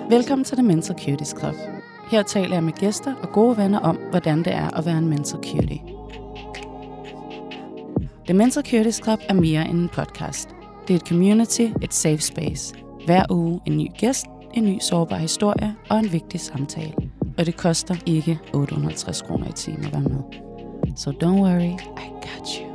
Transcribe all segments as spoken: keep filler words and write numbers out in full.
Velkommen til The Mental Cuties Club. Her taler jeg med gæster og gode venner om, hvordan det er at være en mental cutie. The Mental Cuties Club er mere end en podcast. Det er et community, et safe space. Hver uge en ny gæst, en ny sårbar historie og en vigtig samtale. Og det koster ikke otte hundrede og halvtreds kroner i timen at være med. So don't worry, I got you.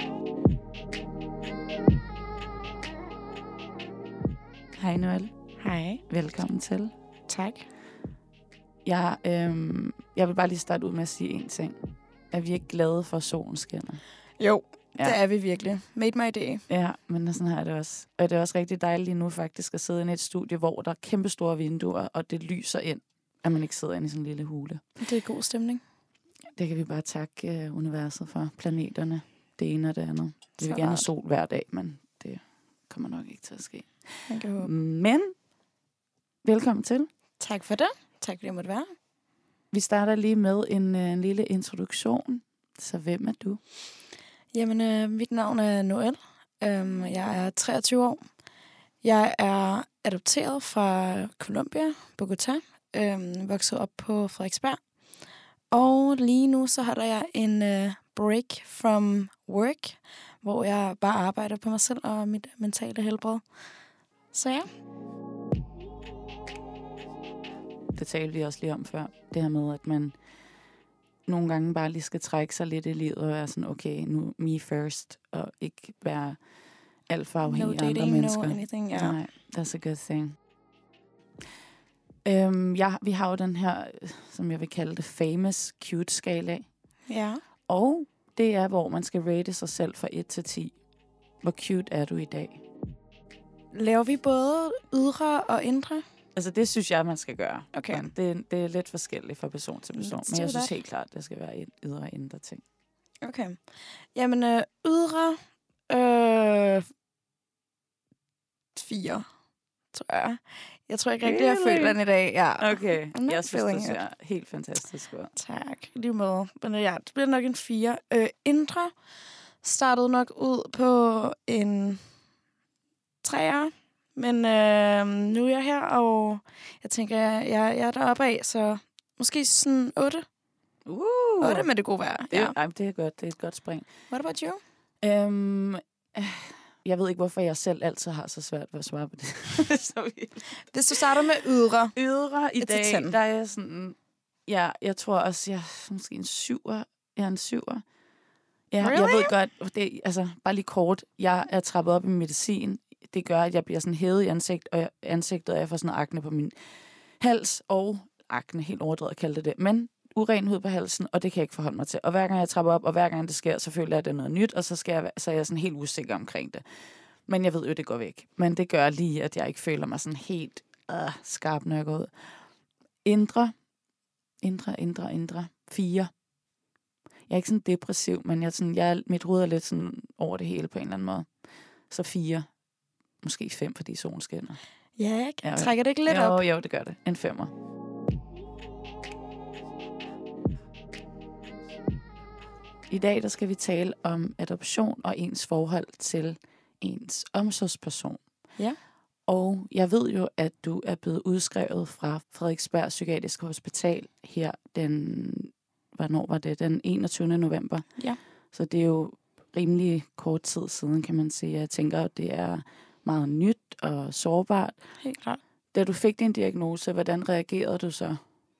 Hej Noelle. Hej. Velkommen til. Tak. Jeg, øhm, jeg vil bare lige starte ud med at sige en ting. Er vi ikke glade for, at solen skinner? Jo, Ja. det er vi virkelig. Made my day. Ja, men sådan her er det også. Og det er også rigtig dejligt lige nu faktisk at sidde inde i et studie, hvor der er kæmpe store vinduer, og det lyser ind, at man ikke sidder inde i sådan en lille hule. Det er god stemning. Det kan vi bare takke uh, universet for. Planeterne, det ene og det andet. Vi vil gerne have sol hver dag, men det kommer nok ikke til at ske. Man kan håbe. Men, velkommen til. Tak for det. Tak fordi jeg måtte være. Vi starter lige med en, en lille introduktion. Så hvem er du? Jamen, øh, mit navn er Noelle. Øhm, jeg er treogtyve år. Jeg er adopteret fra Colombia, Bogotá. Øhm, vokset op på Frederiksberg. Og lige nu så har jeg en øh, break from work, hvor jeg bare arbejder på mig selv og mit mentale helbred. Så ja. Det talte vi også lige om før. Det her med, at man nogle gange bare lige skal trække sig lidt i livet og være sådan, okay, nu me first, og ikke være alt for afhængig No af andre dating, mennesker. no anything, ja. Nej, that's a good thing. Øhm, ja, vi har jo den her, som jeg vil kalde det, famous cute-skala. Ja. Og det er, hvor man skal rate sig selv fra et til ti. Hvor cute er du i dag? Laver vi både ydre og indre? Altså, det synes jeg, man skal gøre. Okay. Men det, det er lidt forskelligt fra person til person. Let's Men jeg do synes that. helt klart, det skal være et ydre og indre ting. Okay. Jamen, øh, ydre... Øh, fire, tror jeg. Jeg tror ikke rigtig, jeg Really? føler den i dag. Ja. Okay, I'm not jeg synes, feeling det it. ser helt fantastisk ud. Tak. Lige med. Men ja, det bliver nok en fire. Øh, indre startede nok ud på en treer. Men øh, nu er jeg her, og jeg tænker, jeg, jeg, jeg er deroppe af, så måske sådan otte. Uh, otte med det gode vejr. det, Ja. ej, det er godt. Det er et godt spring. What about you? Øhm, øh, jeg ved ikke, hvorfor jeg selv altid har så svært ved at svare på det. Så vi... Hvis du starter med ydre. Ydre i Et til dag, ten. der er jeg sådan... Ja, jeg tror også, jeg er måske en syver. Jeg er en syver. Ja, jeg Really? ved godt, det, altså bare lige kort. Jeg er trappet op i medicin. Det gør, at jeg bliver sådan hævet i ansigt, og jeg, ansigtet, og jeg får sådan noget akne på min hals, og akne, helt overdrevet at kalde det det, men uren hud på halsen, og det kan jeg ikke forholde mig til. Og hver gang jeg trapper op, og hver gang det sker, så føler jeg, at det er noget nyt, og så, skal jeg, så er jeg sådan helt usikker omkring det. Men jeg ved jo, det går væk. Men det gør lige, at jeg ikke føler mig sådan helt øh, skarp, når jeg går ud. Indre, indre, indre, indre, fire. Jeg er ikke sådan depressiv, men jeg er sådan, jeg er, mit hoved er lidt sådan over det hele på en eller anden måde. Så fire. Måske fem, fordi solen skinner. Ja, ikke? Ja, Trækker det ikke lidt jo, op? Jo, det gør det. En femmer. I dag der skal vi tale om adoption og ens forhold til ens omsorgsperson. Ja. Og jeg ved jo, at du er blevet udskrevet fra Frederiksberg Psykiatriske Hospital her den, hvornår var det? Den enogtyvende november. Ja. Så det er jo rimelig kort tid siden, kan man sige. Jeg tænker, at det er meget nyt og sårbart. Helt klart. Da du fik din diagnose, hvordan reagerede du så?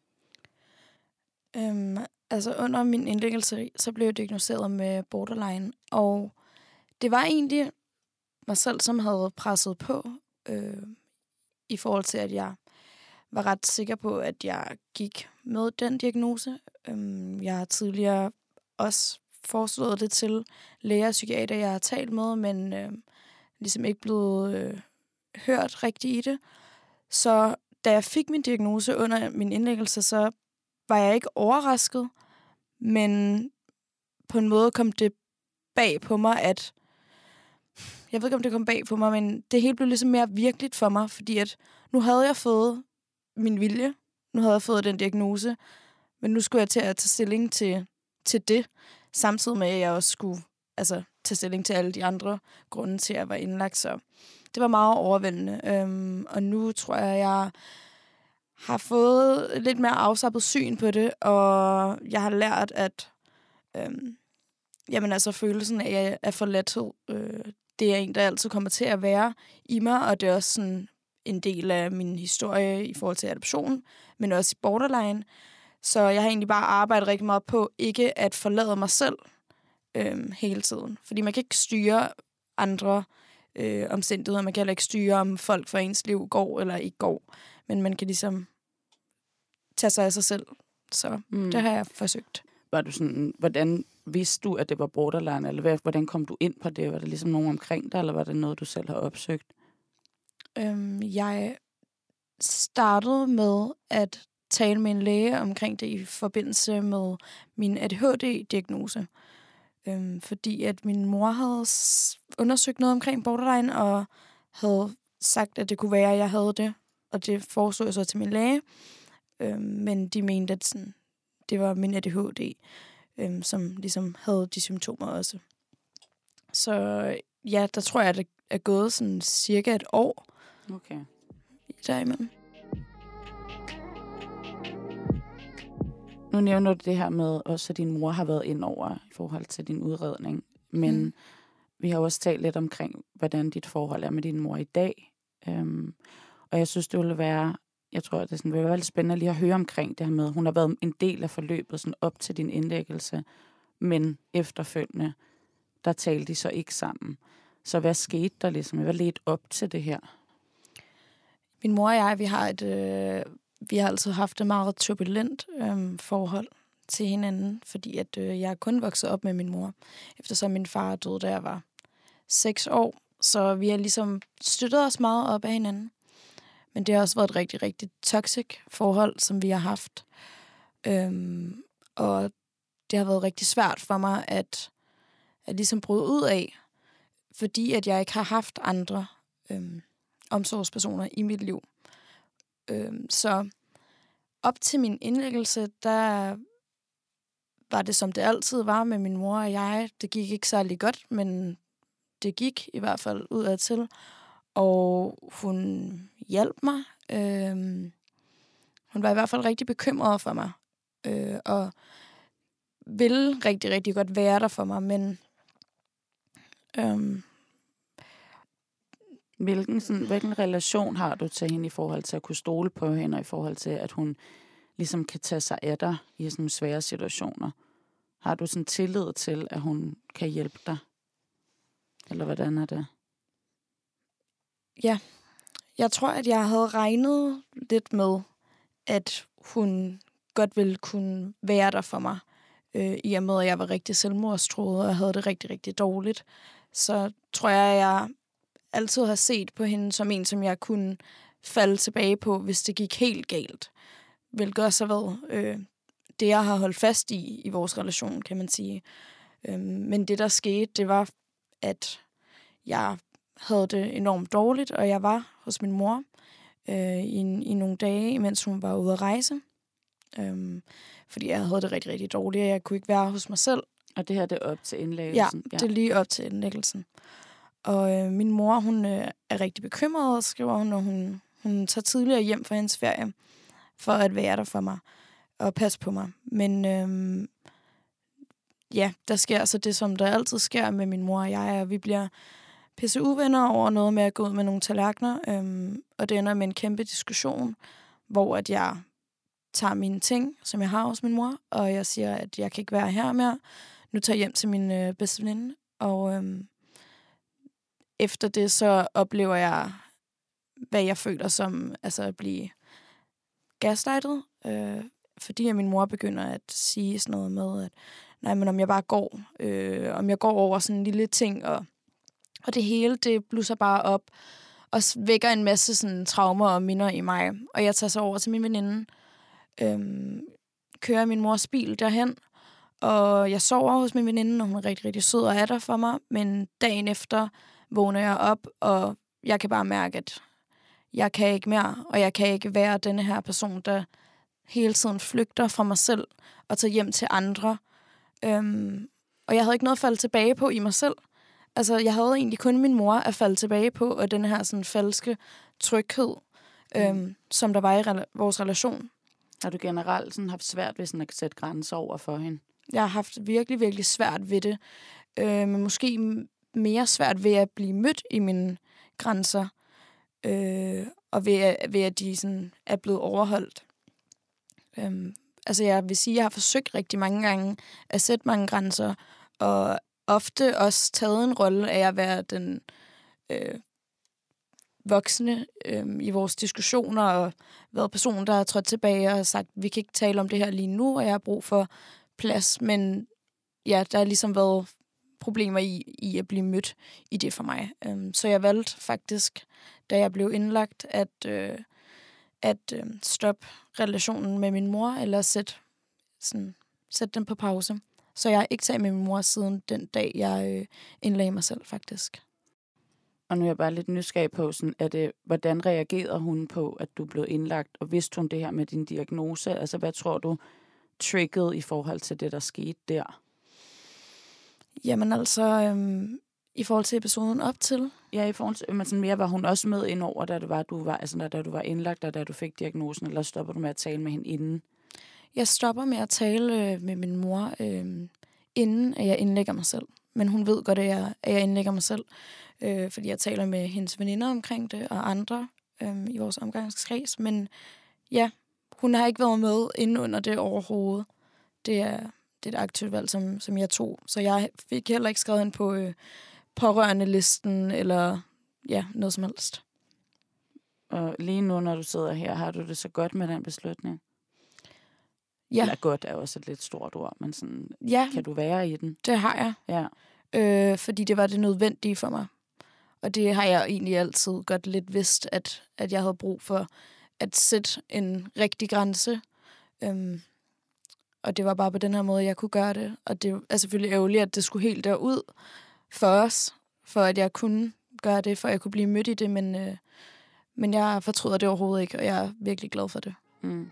Øhm, altså under min indlæggelse, så blev jeg diagnosticeret med borderline, og det var egentlig mig selv, som havde presset på, øh, i forhold til, at jeg var ret sikker på, at jeg gik med den diagnose. Øhm, jeg har tidligere også foreslået det til læger og psykiater, jeg har talt med, men øh, ligesom ikke blevet øh, hørt rigtigt i det. Så da jeg fik min diagnose under min indlæggelse, så var jeg ikke overrasket, men på en måde kom det bag på mig, at jeg ved ikke, om det kom bag på mig, men det hele blev ligesom mere virkeligt for mig, fordi at nu havde jeg fået min vilje, nu havde jeg fået den diagnose, men nu skulle jeg til at tage stilling til, til det, samtidig med, at jeg også skulle altså, tage stilling til alle de andre grunde til, at jeg var indlagt, så det var meget overvældende. Øhm, og nu tror jeg, jeg har fået lidt mere afslappet syn på det, og jeg har lært, at øhm, jamen altså følelsen af, af forladthed, øh, det er en, der altid kommer til at være i mig, og det er også sådan en del af min historie i forhold til adoption, men også i borderline. Så jeg har egentlig bare arbejdet rigtig meget på ikke at forlade mig selv øhm, hele tiden. Fordi man kan ikke styre andre øh, omstændigheder. Man kan heller ikke styre, om folk for ens liv går eller ikke går. Men man kan ligesom tage sig af sig selv. Så mm. det har jeg forsøgt. Var du sådan, hvordan vidste du, at det var borderline? Eller hvordan kom du ind på det? Var det ligesom nogen omkring dig, eller var det noget, du selv har opsøgt? Øhm, jeg startede med at tale med en læge omkring det i forbindelse med min A D H D-diagnose. Øhm, fordi at min mor havde undersøgt noget omkring borderline, og havde sagt, at det kunne være, at jeg havde det. Og det foreslog jeg så til min læge. Øhm, men de mente, at sådan, det var min A D H D, øhm, som ligesom havde de symptomer også. Så ja, der tror jeg, at det er gået sådan cirka et år. Okay. Derimellem. Nu nævner du det her med også, at din mor har været ind over i forhold til din udredning. Men mm. vi har også talt lidt omkring, hvordan dit forhold er med din mor i dag. Øhm, og jeg synes, det ville være, jeg tror, det er sådan, det ville være lidt spændende lige at høre omkring det her med, hun har været en del af forløbet sådan op til din indlæggelse, men efterfølgende, der talte de så ikke sammen. Så hvad skete der ligesom? Hvad ledte op til det her? Min mor og jeg, vi har et... Øh Vi har altid haft et meget turbulent øhm, forhold til hinanden, fordi at, øh, jeg er kun vokset op med min mor, eftersom min far døde, da jeg var seks år. Så vi har ligesom støttet os meget op af hinanden. Men det har også været et rigtig, rigtig toxic forhold, som vi har haft. Øhm, og det har været rigtig svært for mig at, at ligesom bryde ud af, fordi at jeg ikke har haft andre øhm, omsorgspersoner i mit liv. Øhm, så op til min indlæggelse, der var det, som det altid var med min mor og jeg. Det gik ikke særlig godt, men det gik i hvert fald udad til. Og hun hjalp mig. Øhm, hun var i hvert fald rigtig bekymret for mig. Øh, og ville rigtig, rigtig godt være der for mig, men... Øhm, Hvilken, sådan, hvilken relation har du til hende i forhold til at kunne stole på hende, og i forhold til, at hun ligesom kan tage sig af dig i sådan svære situationer? Har du sådan tillid til, at hun kan hjælpe dig? Eller hvordan er det? Ja, jeg tror, at jeg havde regnet lidt med, at hun godt ville kunne være der for mig. Øh, I og med, at jeg var rigtig selvmordstruet og havde det rigtig, rigtig dårligt. Så tror jeg, at jeg altid har set på hende som en, som jeg kunne falde tilbage på, hvis det gik helt galt. Hvilket også har været øh, det, jeg har holdt fast i i vores relation, kan man sige. Øh, men det, der skete, det var, at jeg havde det enormt dårligt, og jeg var hos min mor øh, i, i nogle dage, mens hun var ude at rejse. Øh, fordi jeg havde det rigtig, rigtig dårligt, og jeg kunne ikke være hos mig selv. Og det her, det er op til indlæggelsen? Ja, det er lige op til indlæggelsen. Og øh, min mor, hun øh, er rigtig bekymret, skriver hun, og hun, hun tager tidligere hjem fra hendes ferie, for at være der for mig og passe på mig. Men øh, ja, der sker altså det, som der altid sker med min mor og jeg, og vi bliver pisse uvenner over noget med at gå ud med nogle tallerkener, øh, og det ender med en kæmpe diskussion, hvor at jeg tager mine ting, som jeg har hos min mor, og jeg siger, at jeg kan ikke være her mere. Nu tager jeg hjem til min øh, bedste veninde, og... Øh, Efter det, så oplever jeg, hvad jeg føler som altså at blive gaslightet. Øh, fordi at min mor begynder at sige sådan noget med, at nej, men om jeg bare går, øh, om jeg går over sådan en lille ting, og, og det hele, det blusser bare op, og vækker en masse sådan traumer og minder i mig. Og jeg tager så over til min veninde, øh, kører min mors bil derhen, og jeg sover hos min veninde, og hun er rigtig, rigtig sød og er der for mig, men dagen efter vågner jeg op, og jeg kan bare mærke, at jeg kan ikke mere, og jeg kan ikke være denne her person, der hele tiden flygter fra mig selv og tager hjem til andre. Øhm, og jeg havde ikke noget at falde tilbage på i mig selv. Altså, jeg havde egentlig kun min mor at falde tilbage på, og den her sådan falske tryghed. øhm, som der var i rela- vores relation. Har du generelt sådan haft svært ved sådan at sætte grænser over for hende? Jeg har haft virkelig, virkelig svært ved det. Øh, men måske m- mere svært ved at blive mødt i mine grænser. Øh, og ved at, ved at de sådan er blevet overholdt. Øhm, altså jeg vil sige, at jeg har forsøgt rigtig mange gange at sætte mange grænser, og ofte også taget en rolle af at være den øh, voksne øh, i vores diskussioner, og været personen, der har trådt tilbage og sagt, vi kan ikke tale om det her lige nu, og jeg har brug for plads. Men ja, der har ligesom været problemer i, i at blive mødt i det for mig. Øhm, så jeg valgte faktisk, da jeg blev indlagt, at, øh, at øh, stoppe relationen med min mor, eller sætte, sådan, sætte den på pause. Så jeg har ikke talt med min mor siden den dag, jeg øh, indlagde mig selv, faktisk. Og nu er jeg bare lidt nysgerrig på, sådan, er det, hvordan reagerede hun på, at du blev indlagt? Og vidste hun det her med din diagnose? Altså, hvad tror du triggede i forhold til det, der skete der? Jamen altså, øhm, i forhold til episoden op til? Ja, i forhold til, men sådan mere, var hun også med ind over, da du var, du var, altså, da du var indlagt, og da du fik diagnosen, eller stopper du med at tale med hende inden? Jeg stopper med at tale øh, med min mor, øh, inden at jeg indlægger mig selv. Men hun ved godt, at jeg, at jeg indlægger mig selv, øh, fordi jeg taler med hendes veninder omkring det, og andre øh, i vores omgangskreds. Men ja, hun har ikke været med inden under det overhovedet. Det er, det er et aktivt valg, som, som jeg tog. Så jeg fik heller ikke skrevet ind på øh, pårørende listen, eller ja, noget som helst. Og lige nu, når du sidder her, har du det så godt med den beslutning? Ja. Eller godt er også et lidt stort ord, men sådan, ja, kan du være i den? Det har jeg. Ja. Øh, fordi det var det nødvendige for mig. Og det har jeg egentlig altid godt lidt vidst, at, at jeg havde brug for at sætte en rigtig grænse. Øhm, og det var bare på den her måde, jeg kunne gøre det. Og det er selvfølgelig ærgerligt, at det skulle helt derud for os, for at jeg kunne gøre det, for at jeg kunne blive mødt i det. Men, øh, men jeg fortryder det overhovedet ikke, og jeg er virkelig glad for det. Mm.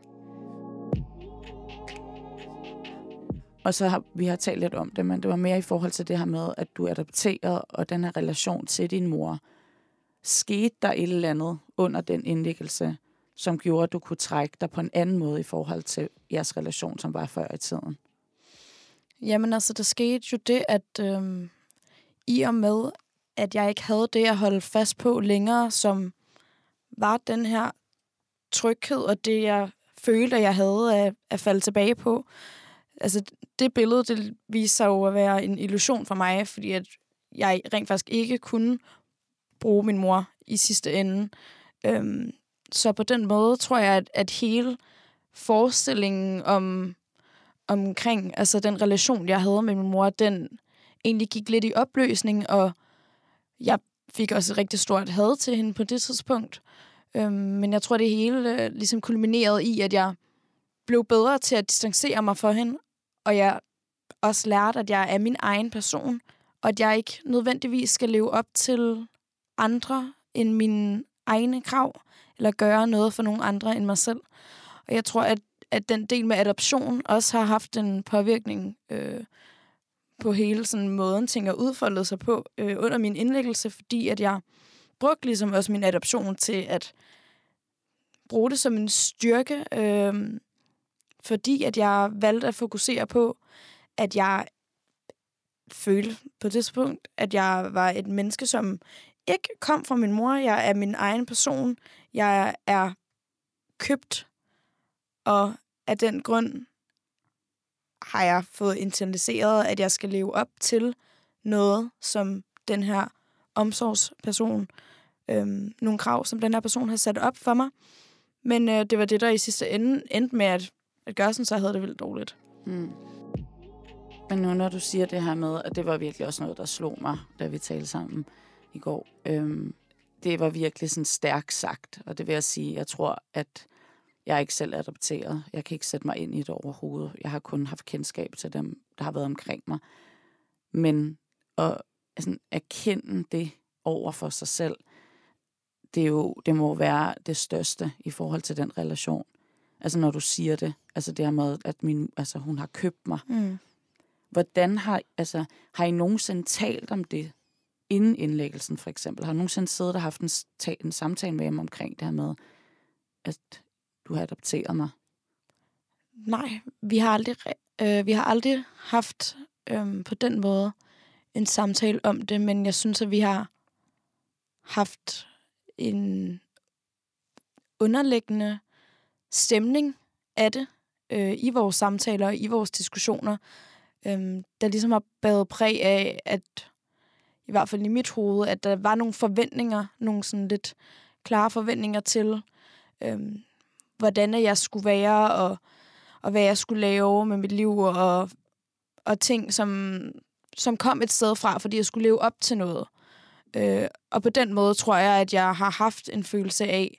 Og så har vi har talt lidt om det, men det var mere i forhold til det her med, at du adopterede, og den her relation til din mor. Skete der et eller andet under den indlæggelse, som gjorde, at du kunne trække dig på en anden måde i forhold til jeres relation, som var før i tiden? Jamen altså, der skete jo det, at øhm, i og med, at jeg ikke havde det at holde fast på længere, som var den her tryghed, og det, jeg følte, at jeg havde at, at falde tilbage på. Altså, det billede, det viste sig jo at være en illusion for mig, fordi at jeg rent faktisk ikke kunne bruge min mor i sidste ende. Øhm, så på den måde tror jeg, at, at hele forestillingen om omkring altså den relation, jeg havde med min mor, den egentlig gik lidt i opløsning, og jeg fik også et rigtig stort had til hende på det tidspunkt. Øhm, men jeg tror, det hele øh, ligesom kulminerede i, at jeg blev bedre til at distancere mig fra hende, og jeg også lærte, at jeg er min egen person, og at jeg ikke nødvendigvis skal leve op til andre end mine egne krav, eller gøre noget for nogle andre end mig selv. Og jeg tror, at, at den del med adoption også har haft en påvirkning øh, på hele sådan måden, ting at udfolde sig på øh, under min indlæggelse, fordi at jeg brugte ligesom også min adoption til at bruge det som en styrke, øh, fordi at jeg valgte at fokusere på, at jeg følte på det tidspunkt, at jeg var et menneske, som ikke kom fra min mor. Jeg er min egen person. Jeg er købt, og af den grund har jeg fået internaliseret, at jeg skal leve op til noget, som den her omsorgsperson, øhm, nogle krav, som den her person har sat op for mig. Men øh, det var det, der i sidste ende endte med at, at gøre sådan, så jeg havde det vildt dårligt. Mm. Men nu, når du siger det her med, at det var virkelig også noget, der slog mig, da vi talte sammen i går. Øhm, det var virkelig sådan stærkt sagt, og det vil jeg sige, jeg tror, at jeg er ikke selv adopteret. Jeg kan ikke sætte mig ind i det overhovedet. Jeg har kun haft kendskab til dem, der har været omkring mig. Men at altså, erkende det over for sig selv, det, er jo, det må være det største i forhold til den relation. Altså når du siger det, altså det her med, at min, altså, hun har købt mig. Mm. Hvordan har, altså, har I nogensinde talt om det inden indlæggelsen for eksempel? Har I nogensinde siddet og haft en, en samtale med ham omkring det her med, at du har adopteret mig? Nej, vi har aldrig, øh, vi har aldrig haft øh, på den måde en samtale om det, men jeg synes, at vi har haft en underliggende stemning af det øh, i vores samtaler og i vores diskussioner, øh, der ligesom har båret præg af, at i hvert fald i mit hoved, at der var nogle forventninger, nogle sådan lidt klare forventninger til, øh, hvordan jeg skulle være, og, og hvad jeg skulle lave med mit liv, og, og ting, som, som kom et sted fra, fordi jeg skulle leve op til noget. Øh, og på den måde tror jeg, at jeg har haft en følelse af,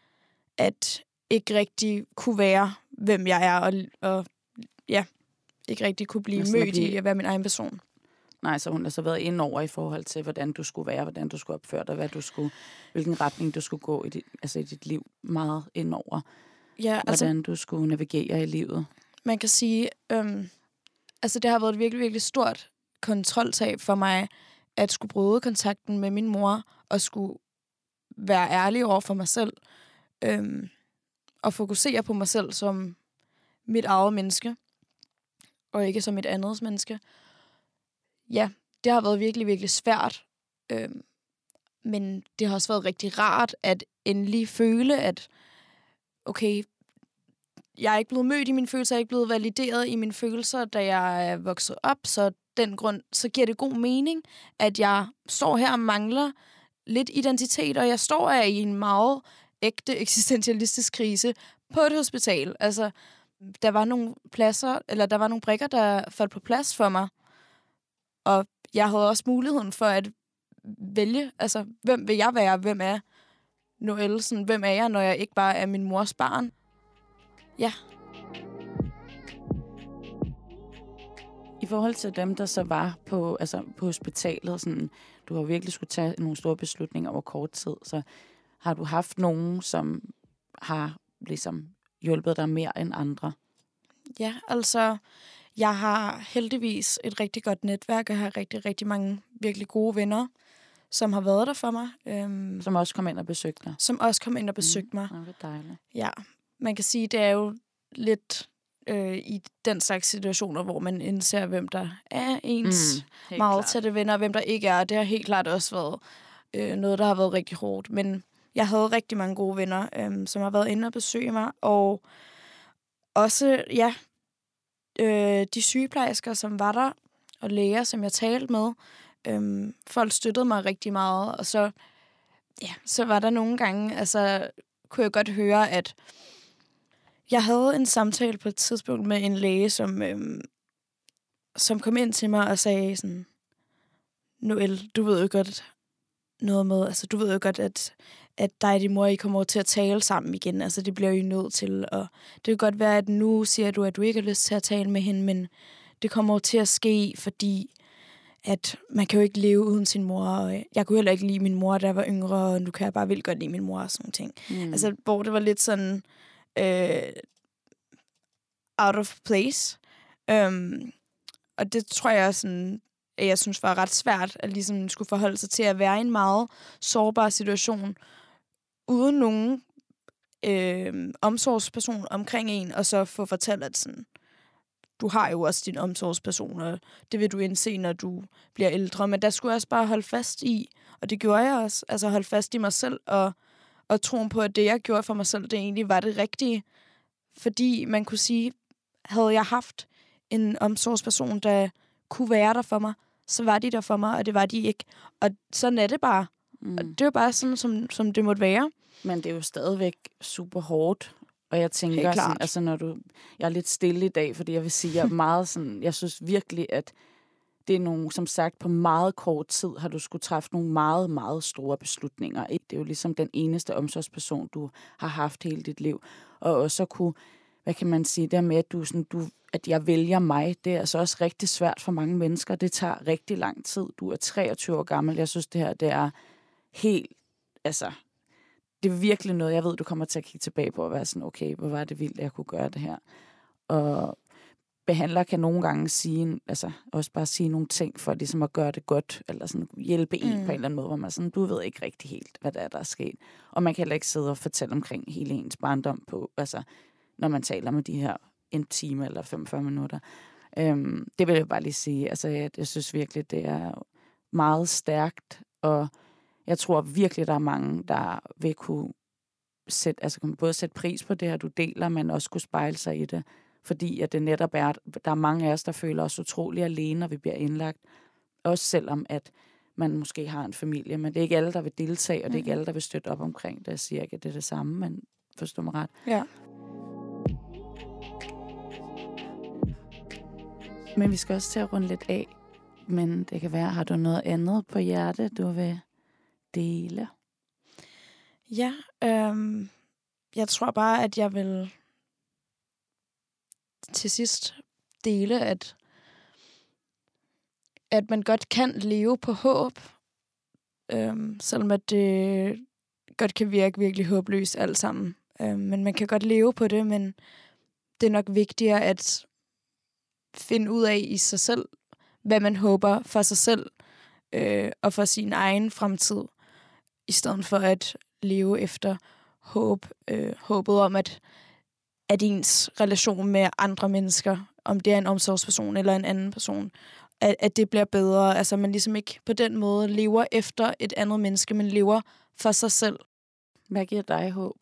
at ikke rigtig kunne være, hvem jeg er, og, og ja, ikke rigtig kunne blive Næsten at mødt blive- i at være min egen person. Nej, så hun har så været inde over i forhold til, hvordan du skulle være, hvordan du skulle opføre dig, hvad du skulle, hvilken retning du skulle gå i dit, altså i dit liv, meget ind over, Ja, altså, hvordan du skulle navigere i livet. man kan sige, øhm, altså det har været et virkelig, virkelig stort kontroltab for mig, at skulle bryde kontakten med min mor, og skulle være ærlig over for mig selv, øhm, og fokusere på mig selv som mit eget menneske, og ikke som et andet menneske. Ja, det har været virkelig, virkelig svært, øhm, men det har også været rigtig rart at endelig føle, at okay, jeg er ikke blevet mødt i mine følelser, jeg er ikke blevet valideret i mine følelser, da jeg er vokset op, så den grund, så giver det god mening, at jeg står her og mangler lidt identitet, og jeg står her i en meget ægte eksistentialistisk krise på et hospital. Altså, der var nogle pladser, eller der var nogle brikker, der faldt på plads for mig, og jeg havde også muligheden for at vælge, altså, hvem vil jeg være, hvem er Noelle, sådan, hvem er jeg, når jeg ikke bare er min mors barn. Ja. I forhold til dem, der så var på, altså på hospitalet, sådan, du har virkelig skulle tage nogle store beslutninger over kort tid, så har du haft nogen, som har ligesom hjulpet dig mere end andre? Ja, altså, jeg har heldigvis et rigtig godt netværk, og jeg har rigtig, rigtig mange virkelig gode venner, som har været der for mig. Øhm, Som også kom ind og besøgte dig? som også kom ind og besøgte mig. Mm, det var dejligt. Ja, man kan sige, det er jo lidt øh, i den slags situationer, hvor man indser, hvem der er ens Mm, meget klart. tætte venner, og hvem der ikke er. Det har helt klart også været øh, noget, der har været rigtig hårdt. Men jeg havde rigtig mange gode venner, øh, som har været inde og besøge mig. Og også, ja, øh, de sygeplejersker, som var der, og læger, som jeg talte med, øh, folk støttede mig rigtig meget. Og så, ja, så var der nogle gange, altså kunne jeg godt høre, at jeg havde en samtale på et tidspunkt med en læge, som, øhm, som kom ind til mig og sagde sådan, Noelle, du ved jo godt noget med, altså du ved jo godt, at, at dig og din mor, I kommer til at tale sammen igen, altså det bliver I nødt til, og det kan godt være, at nu siger du, at du ikke har lyst til at tale med hende, men det kommer jo til at ske, fordi at man kan jo ikke leve uden sin mor, og jeg kunne heller ikke lide min mor, da jeg var yngre, og nu kan jeg bare vildt godt lide min mor og sådan nogle ting. Mm. Altså, hvor det var lidt sådan øh, out of place. Um, og det tror jeg sådan, at jeg synes var ret svært, at ligesom skulle forholde sig til at være i en meget sårbar situation, uden nogen øh, omsorgsperson omkring en, og så få fortalt, at sådan, du har jo også din omsorgsperson, og det vil du indse, når du bliver ældre. Men der skulle jeg også bare holde fast i, og det gjorde jeg også, altså holde fast i mig selv, og, og troen på, at det, jeg gjorde for mig selv, det egentlig var det rigtige. Fordi man kunne sige, havde jeg haft en omsorgsperson, der kunne være der for mig, så var de der for mig, og det var de ikke. Og sådan er det bare. Mm. Og det er jo bare sådan, som, som det måtte være. Men det er jo stadigvæk super hårdt. Og jeg tænker, Helt klart. sådan, altså når du, jeg er lidt stille i dag, fordi jeg vil sige, jeg er meget sådan, jeg synes virkelig, at det er nogle, som sagt, på meget kort tid har du skulle træffe nogle meget, meget store beslutninger. Ikke? Det er jo ligesom den eneste omsorgsperson, du har haft hele dit liv. Og også at kunne, hvad kan man sige, der med, at, du, sådan, du, at jeg vælger mig, det er altså også rigtig svært for mange mennesker. Det tager rigtig lang tid. Du er treogtyve år gammel. Jeg synes, det her, det er helt, altså, det er virkelig noget, jeg ved, du kommer til at kigge tilbage på og være sådan, okay, hvor var det vildt, at jeg kunne gøre det her. Og behandler kan nogle gange sige, altså også bare sige nogle ting for ligesom at gøre det godt, eller sådan hjælpe en mm. på en eller anden måde, hvor man sådan, du ved ikke rigtig helt, hvad der er, der er sket. Og man kan heller ikke sidde og fortælle omkring hele ens barndom på, altså når man taler med de her en time eller femogfyrre minutter. Øhm, det vil jeg bare lige sige. Altså jeg, jeg synes virkelig, det er meget stærkt, og jeg tror virkelig, der er mange, der vil kunne sætte, altså kunne både sætte pris på det her, du deler, men også kunne spejle sig i det. Fordi at det netop er, der er mange af os, der føler os utrolig alene, når vi bliver indlagt. Også selvom, at man måske har en familie, men det er ikke alle, der vil deltage, og det er ikke alle, der vil støtte op omkring det. Jeg siger ikke, at det er det samme, men forstår mig ret. Ja. Men vi skal også til at runde lidt af. Men det kan være, har du noget andet på hjerte, du vil dele? Ja, øhm, jeg tror bare, at jeg vil til sidst dele, at, at man godt kan leve på håb, øhm, selvom at det godt kan virke virkelig håbløst alt sammen. Øhm, men man kan godt leve på det, men det er nok vigtigere at finde ud af i sig selv, hvad man håber for sig selv øh, og for sin egen fremtid, i stedet for at leve efter håb, øh, håbet om, at, at ens relation med andre mennesker, om det er en omsorgsperson eller en anden person, at, at det bliver bedre. Altså man ligesom ikke på den måde lever efter et andet menneske, men lever for sig selv. Hvad giver dig håb?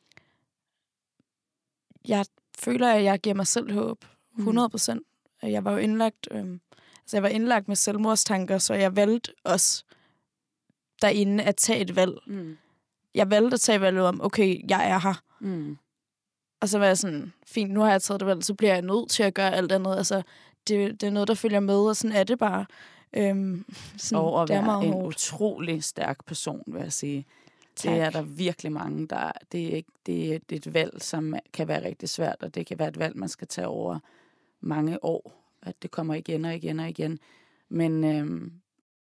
Jeg føler, at jeg giver mig selv håb. hundrede procent. Mm. Jeg var jo indlagt, øh, altså jeg var indlagt med selvmordstanker, så jeg valgte også derinde at tage et valg. Mm. Jeg valgte at tage valget om, okay, jeg er her. Mm. Og så var jeg sådan, fint, nu har jeg taget det valg, så bliver jeg nødt til at gøre alt andet. Altså, det, det er noget, der følger med, og sådan er det bare. Øhm, sådan, og at det er være meget en hårdt. utrolig stærk person, vil jeg sige. Tak. Det er der virkelig mange, der... Det er, ikke, det er et valg, som kan være rigtig svært, og det kan være et valg, man skal tage over mange år. At det kommer igen og igen og igen. Men øhm,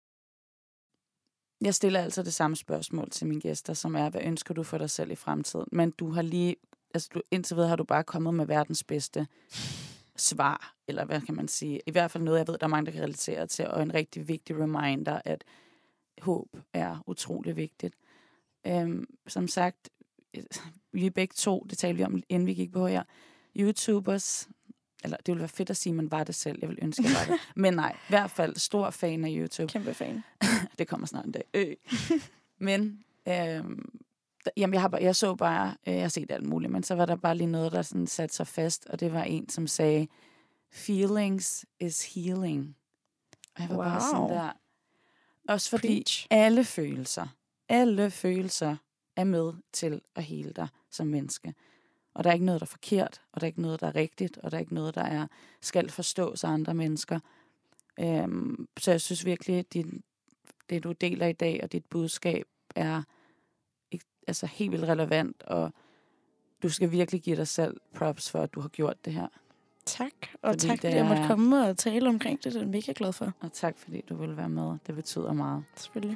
jeg stiller altså det samme spørgsmål til mine gæster, som er, hvad ønsker du for dig selv i fremtiden? Men du har lige... Altså, du, indtil videre har du bare kommet med verdens bedste svar, eller hvad kan man sige? I hvert fald noget, jeg ved, der er mange, der kan relatere til, og en rigtig vigtig reminder, at håb er utrolig vigtigt. Øhm, som sagt, vi er begge to, det talte vi om, inden vi gik på her, YouTubers, eller det ville være fedt at sige, at man var det selv, jeg vil ønske, jeg var det. Men nej, i hvert fald stor fan af YouTube. Kæmpe fan. Det kommer snart en dag. Øh. Men... Øhm, Jamen, jeg, har bare, jeg så bare, øh, jeg har set alt muligt, men så var der bare lige noget, der sådan satte sig fast, og det var en, som sagde, feelings is healing. Og jeg var wow. bare sådan der. Også fordi Preach. alle følelser, alle følelser er med til at hele dig som menneske. Og der er ikke noget, der er forkert, og der er ikke noget, der er rigtigt, og der er ikke noget, der er skal forstås af andre mennesker. Øhm, så jeg synes virkelig, at din, det, du deler i dag, og dit budskab er altså helt vildt relevant, og du skal virkelig give dig selv props for, at du har gjort det her. Tak, og fordi tak, fordi jeg måtte komme og tale omkring det. Det er jeg mega glad for. Og tak, fordi du ville være med. Det betyder meget. Selvfølgelig.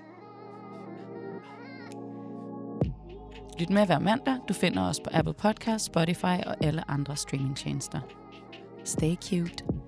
Lyt med hver mandag. Du finder os på Apple Podcasts, Spotify og alle andre streamingtjenester. Stay cute.